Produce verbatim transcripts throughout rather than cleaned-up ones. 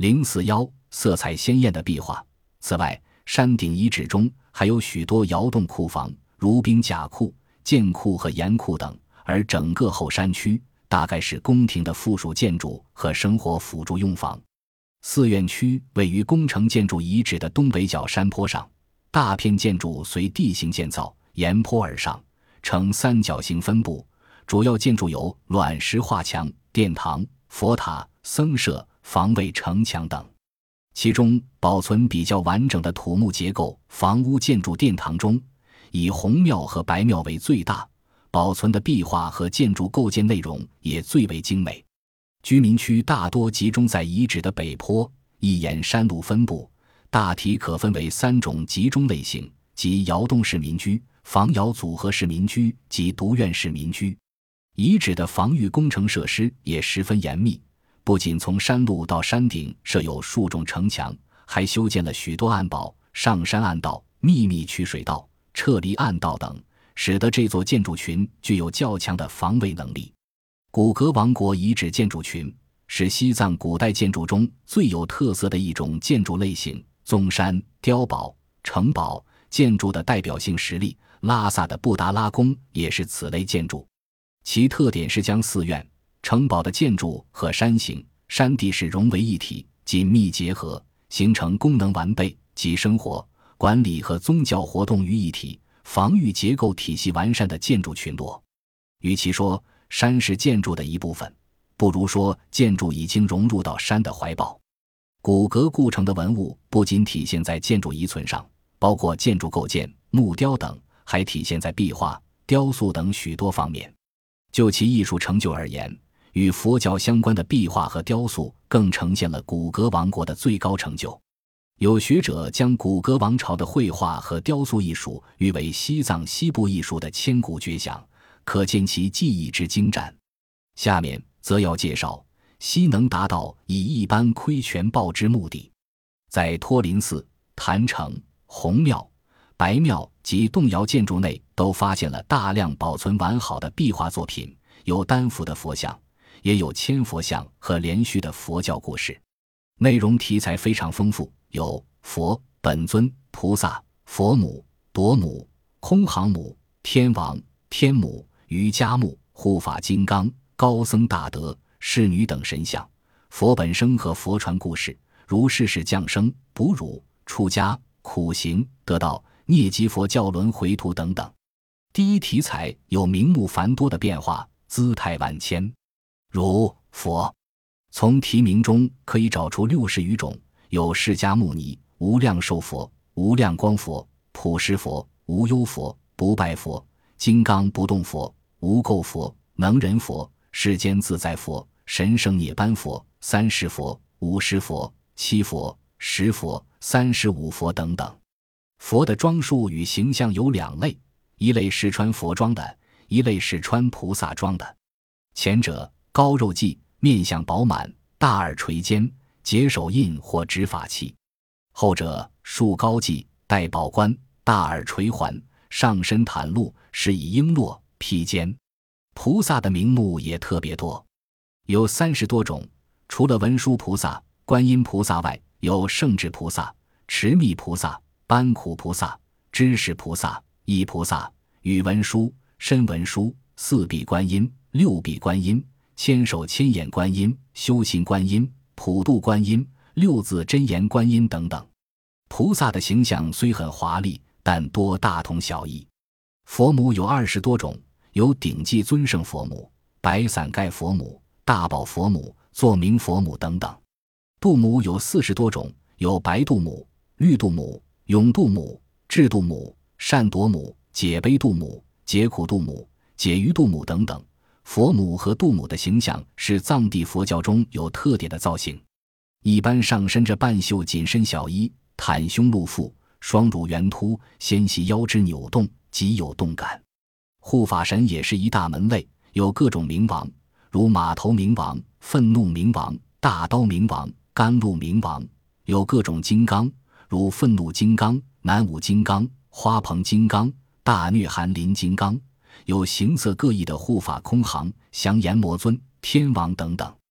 零四一色彩鲜艳的壁画。此外，山顶遗址中还有许多窑洞库房，如兵甲库、箭库和盐库等，而整个后山区大概是宫廷的附属建筑和生活辅助用房。寺院区位于宫城建筑遗址的东北角山坡上，大片建筑随地形建造，沿坡而上，呈三角形分布，主要建筑有卵石画墙、殿堂、佛塔、僧舍、防卫城墙等。其中保存比较完整的土木结构房屋建筑殿堂中，以红庙和白庙为最大，保存的壁画和建筑构件内容也最为精美。居民区大多集中在遗址的北坡，一沿山路分布，大体可分为三种集中类型，即窑洞式民居、仿窑组合式民居及独院式民居。遗址的防御工程设施也十分严密，不仅从山路到山顶设有数种城墙，还修建了许多暗堡、上山暗道、秘密取水道、撤离暗道等，使得这座建筑群具有较强的防卫能力。古格王国遗址建筑群是西藏古代建筑中最有特色的一种建筑类型，宗山、碉堡、城堡建筑的代表性实例，拉萨的布达拉宫也是此类建筑。其特点是将寺院、城堡的建筑和山形、山地势融为一体，紧密结合，形成功能完备，集生活、管理和宗教活动于一体，防御结构体系完善的建筑群落。与其说山是建筑的一部分，不如说建筑已经融入到山的怀抱。古格故城的文物不仅体现在建筑遗存上，包括建筑构件、木雕等，还体现在壁画、雕塑等许多方面。就其艺术成就而言，与佛教相关的壁画和雕塑更呈现了古格王国的最高成就。有学者将古格王朝的绘画和雕塑艺术誉为西藏西部艺术的千古绝响，可见其技艺之精湛。下面则要介绍悉能达到以一般窥全豹之目的。在托林寺、坛城、红庙、白庙及洞窑建筑内都发现了大量保存完好的壁画作品，有单幅的佛像，也有千佛像和连续的佛教故事，内容题材非常丰富，有佛、本尊、菩萨、佛母、夺母、空行母、天王、天母、瑜伽母、护法金刚、高僧大德、侍女等神像，佛本生和佛传故事，如世世降生、哺乳、出家、苦行、得道、涅槃佛教轮回图等等。第一题材有名目繁多的变化，姿态万千，如佛，从题名中可以找出六十余种，有释迦牟尼、无量寿佛、无量光佛、普施佛、无忧佛、不败佛、金刚不动佛、无垢佛、能人佛、世间自在佛、神圣涅槃佛、三世佛、五十佛、七佛、十佛、三十五佛等等。佛的装束与形象有两类，一类是穿佛装的，一类是穿菩萨装的。前者高肉髻，面相饱满，大耳垂肩，结手印或执法器；后者束高髻，戴宝冠，大耳垂环，上身袒露，是以璎珞披肩。菩萨的名目也特别多，有三十多种，除了文殊菩萨、观音菩萨外，有圣智菩萨、持密菩萨、班苦菩萨、知识菩萨、意菩萨、语文殊、身文殊、四臂观音、六臂观音、千手千眼观音、修行观音、普度观音、六字真言观音等等。菩萨的形象虽很华丽，但多大同小异。佛母有二十多种，有顶髻尊胜佛母、白伞盖佛母、大宝佛母、作明佛母等等。度母有四十多种，有白度母、绿度母、永度母、智度母、善夺母、解悲度母、解苦度母、解愚度母等等。佛母和度母的形象是藏地佛教中有特点的造型，一般上身着半袖紧身小衣，袒胸露腹，双乳圆凸，纤细腰肢扭动，极有动感。护法神也是一大门类，有各种明王，如马头明王、愤怒明王、大刀明王、甘露明王；有各种金刚，如愤怒金刚、南无金刚、花棚金刚、大虐寒林金刚；有形色各异的护法空行、降阎魔尊、天王等等。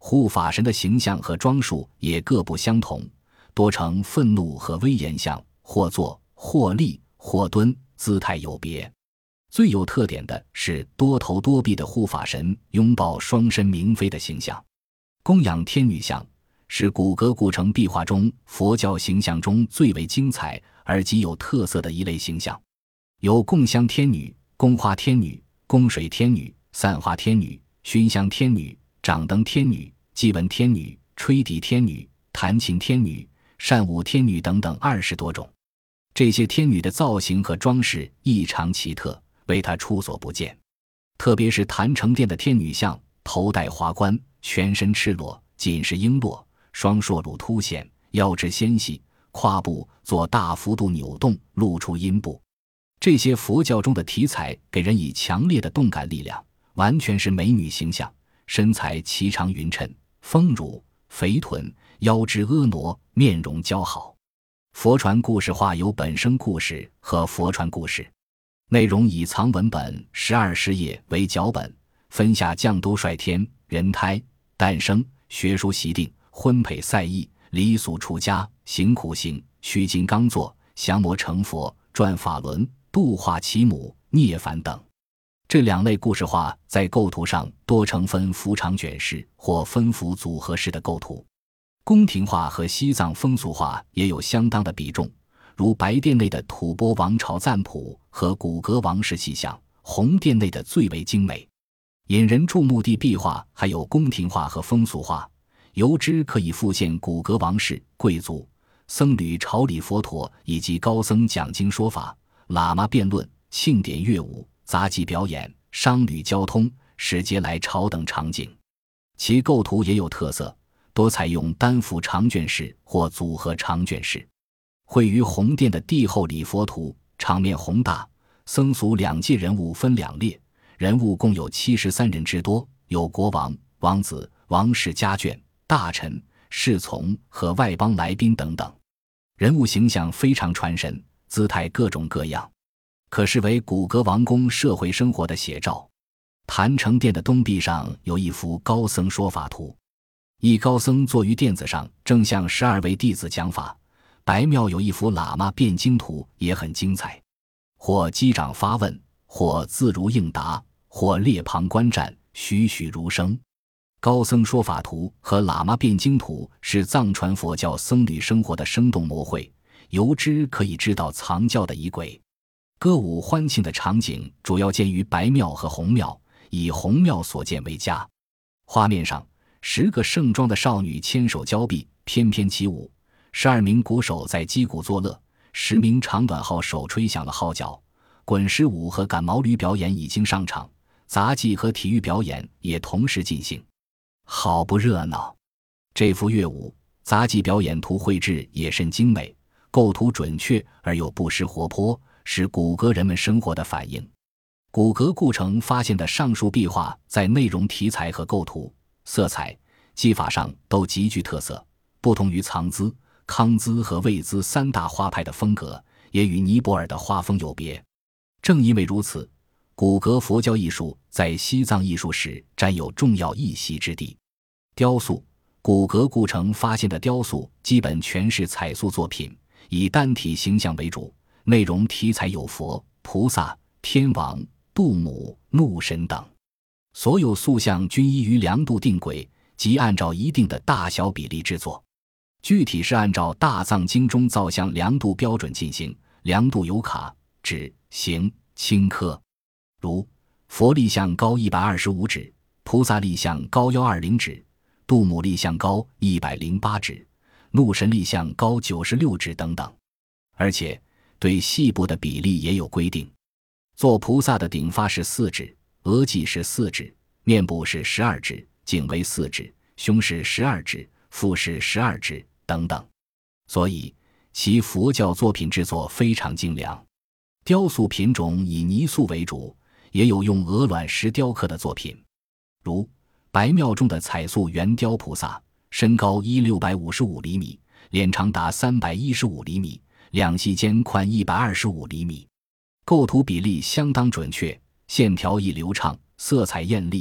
护法神的形象和装束也各不相同，多呈愤怒和威严相，或坐或立或蹲，姿态有别。最有特点的是多头多臂的护法神拥抱双身明妃的形象。供养天女像是古格故城壁画中佛教形象中最为精彩而极有特色的一类形象，有供香天女、供花天女、供水天女、散花天女、熏香天女、掌灯天女、祭文天女、吹笛天女、弹琴天女、善舞天女等等二十多种。这些天女的造型和装饰异常奇特，为他出所不见。特别是坛城殿的天女像，头戴华冠，全身赤裸，仅是璎珞，双硕乳凸显，腰肢纤细，胯部做大幅度扭动，露出阴部。这些佛教中的题材给人以强烈的动感力量，完全是美女形象，身材颀长匀称，丰乳肥臀，腰肢婀娜，面容姣好。佛传故事画有本生故事和佛传故事，内容以藏文本十二事页为脚本，分下降都率天、人胎、诞生、学书习定、婚配赛义、离俗出家、行苦行、虚金刚座、降魔成佛、转法轮、度化其母、涅槃等。这两类故事画在构图上多呈分幅长卷式或分幅组合式的构图。宫廷画和西藏风俗画也有相当的比重，如白殿内的吐蕃王朝赞谱和古格王室细像，红殿内的最为精美。引人注目的壁画还有宫廷画和风俗画，由之可以复现古格王室、贵族、僧侣朝礼佛陀以及高僧讲经说法、喇嘛辩论、庆典乐舞、杂技表演、商旅交通、使节来朝等场景。其构图也有特色，多采用单幅长卷式或组合长卷式。绘于红殿的帝后礼佛图，场面宏大，僧俗两界人物分两列，人物共有七十三人之多，有国王、王子、王室家眷、大臣、侍从和外邦来宾等等。人物形象非常传神，姿态各种各样，可视为古格王宫社会生活的写照。坛城殿的东壁上有一幅高僧说法图，一高僧坐于垫子上，正向十二位弟子讲法。白庙有一幅喇嘛辩经图，也很精彩，或击掌发问，或自如应答，或列旁观战，栩栩如生。高僧说法图和喇嘛辩经图是藏传佛教僧侣生活的生动描绘，由之可以知道藏教的仪轨。歌舞欢庆的场景主要见于白庙和红庙，以红庙所见为佳。画面上，十个盛装的少女牵手交臂，翩翩起舞，十二名鼓手在击鼓作乐，十名长短号手吹响了号角，滚石舞和赶毛驴表演已经上场，杂技和体育表演也同时进行，好不热闹。这幅乐舞、杂技表演图绘制也甚精美，构图准确而又不失活泼，是古格人们生活的反映。古格故城发现的上述壁画在内容题材和构图、色彩、技法上都极具特色，不同于藏兹、康兹和魏兹三大画派的风格，也与尼泊尔的画风有别。正因为如此，古格佛教艺术在西藏艺术史占有重要一席之地。雕塑，古格故城发现的雕塑基本全是彩塑作品，以单体形象为主，内容题材有佛、菩萨、天王、度母、怒神等。所有塑像均依于量度定轨，即按照一定的大小比例制作。具体是按照大藏经中造像量度标准进行，量度有卡、指、形、轻刻。如佛立像高一百二十五指，菩萨立像高一百二十指，度母立像高一百零八指，怒神立像高九十六指等等。而且对细部的比例也有规定，做菩萨的顶发是四指，额际是四指，面部是十二指，颈为四指，胸是十二指，腹是十二指等等。所以其佛教作品制作非常精良。雕塑品种以泥塑为主，也有用鹅卵石雕刻的作品，如白庙中的彩塑圆雕菩萨，身高一千六百五十五厘米，脸长达三百一十五厘米，两膝间宽一百二十五厘米，构图比例相当准确，线条亦流畅，色彩艳丽，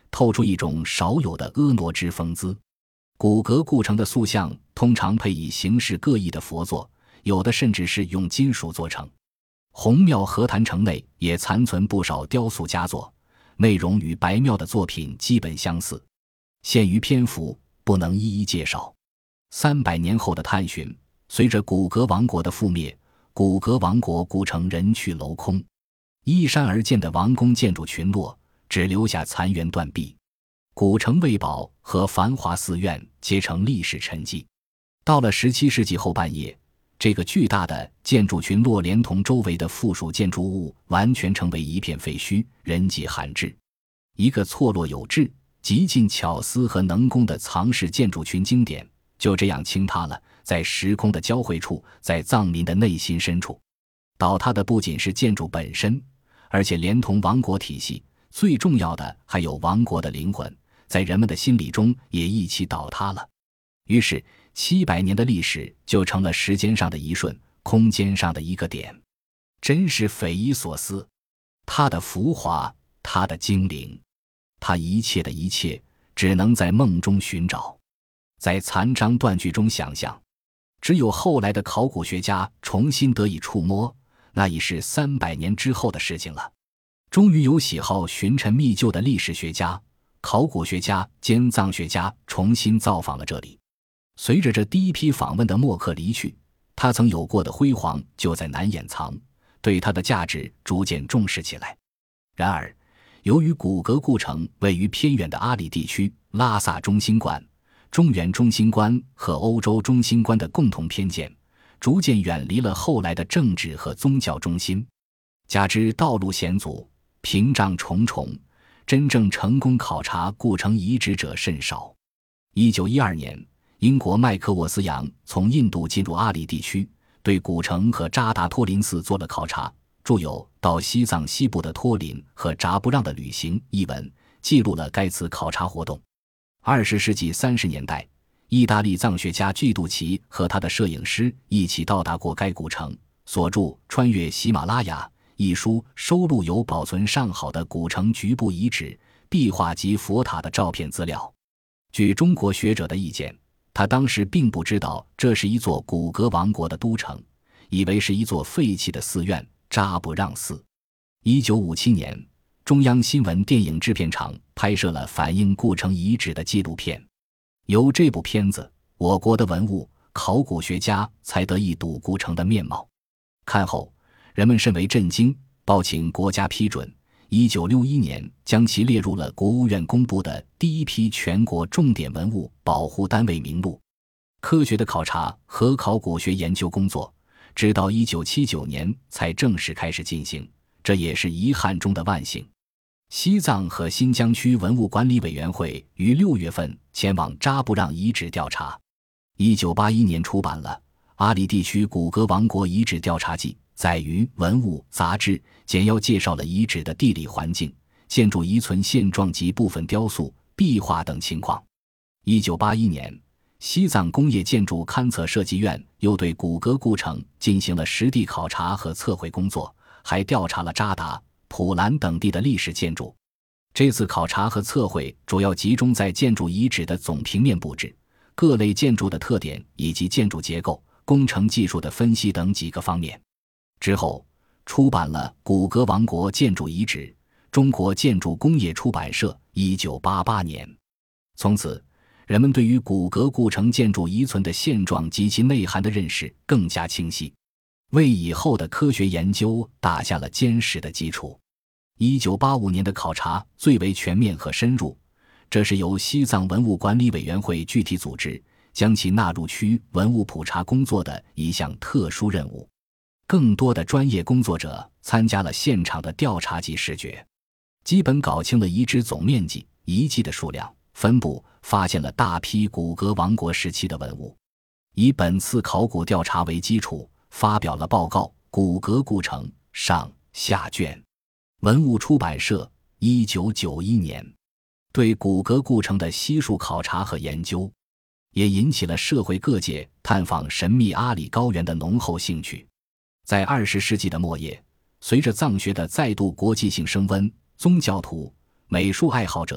透出一种少有的婀娜之风姿。古阁故城的塑像通常配以形式各异的佛座，有的甚至是用金属做成。红庙和坛城内也残存不少雕塑佳作，内容与白庙的作品基本相似。限于篇幅，不能一一介绍。三百年后的探寻，随着古阁王国的覆灭，古阁王国古城人去楼空，依山而建的王宫建筑群落，只留下残垣断壁。古城卫堡和繁华寺院皆成历史沉寂。到了十七世纪后半叶，这个巨大的建筑群落连同周围的附属建筑物完全成为一片废墟，人迹罕至。一个错落有致、极尽巧思和能工的藏式建筑群经典就这样倾塌了，在时空的交汇处，在藏民的内心深处。倒塌的不仅是建筑本身，而且连同王国体系，最重要的还有王国的灵魂，在人们的心理中也一起倒塌了。于是七百年的历史就成了时间上的一瞬，空间上的一个点。真是匪夷所思，它的浮华，它的精灵，它一切的一切，只能在梦中寻找，在残章断句中想象。只有后来的考古学家重新得以触摸，那已是三百年之后的事情了。终于有喜好寻尘觅旧的历史学家、考古学家兼藏学家重新造访了这里。随着这第一批访问的墨客离去，他曾有过的辉煌就在难掩藏，对他的价值逐渐重视起来。然而，由于古阁故城位于偏远的阿里地区，拉萨中心观、中原中心观和欧洲中心观的共同偏见，逐渐远离了后来的政治和宗教中心。加之道路险阻，屏障重重，真正成功考察故城遗址者甚少。一九一二年，英国麦克沃斯扬从印度进入阿里地区，对古城和扎达托林寺做了考察，著有《到西藏西部的托林和扎布让的旅行》一文，记录了该次考察活动。二十世纪三十年代，意大利藏学家季杜奇和他的摄影师一起到达过该古城，所著《穿越喜马拉雅》一书收录有保存上好的古城局部遗址、壁画及佛塔的照片资料。据中国学者的意见，他当时并不知道这是一座古阁王国的都城，以为是一座废弃的寺院扎布让寺。一九五七年，中央新闻电影制片厂拍摄了反映故城遗址的纪录片。由这部片子，我国的文物考古学家才得以睹故城的面貌。看后，人们甚为震惊，报请国家批准，一九六一年将其列入了国务院公布的第一批全国重点文物保护单位名录。科学的考察和考古学研究工作直到一九七九年才正式开始进行，这也是遗憾中的万幸。西藏和新疆区文物管理委员会于六月份前往扎布让遗址调查。一九八一年出版了《阿里地区古阁王国遗址调查记》，载于《文物》杂志，简要介绍了遗址的地理环境、建筑遗存现状及部分雕塑、壁画等情况。一九八一年，西藏工业建筑勘测设计院又对古阁故城进行了实地考察和测绘工作，还调查了扎达、普兰等地的历史建筑。这次考察和测绘主要集中在建筑遗址的总平面布置、各类建筑的特点以及建筑结构、工程技术的分析等几个方面。之后出版了《古阁王国建筑遗址》，中国建筑工业出版社，一九八八年。从此，人们对于古阁故城建筑遗存的现状及其内涵的认识更加清晰，为以后的科学研究打下了坚实的基础。一九八五年的考察最为全面和深入，这是由西藏文物管理委员会具体组织，将其纳入区文物普查工作的一项特殊任务。更多的专业工作者参加了现场的调查及视觉，基本搞清了遗址总面积、遗迹的数量、分布，发现了大批古阁王国时期的文物。以本次考古调查为基础，发表了报告《古阁故城》上下卷。文物出版社，一九九一年。对古阁故城的悉数考察和研究，也引起了社会各界探访神秘阿里高原的浓厚兴趣。在二十世纪的末叶，随着藏学的再度国际性升温，宗教徒、美术爱好者、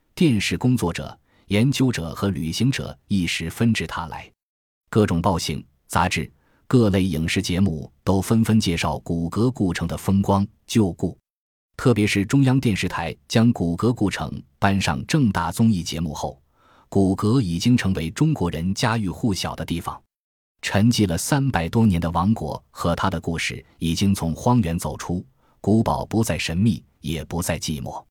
电视工作者、研究者和旅行者一时纷至沓来，各种报信、杂志、各类影视节目都纷纷介绍古格故城的风光旧故。特别是中央电视台将古格故城搬上正大综艺节目后，古格已经成为中国人家喻户晓的地方。沉寂了三百多年的王国和他的故事已经从荒原走出，古堡不再神秘，也不再寂寞。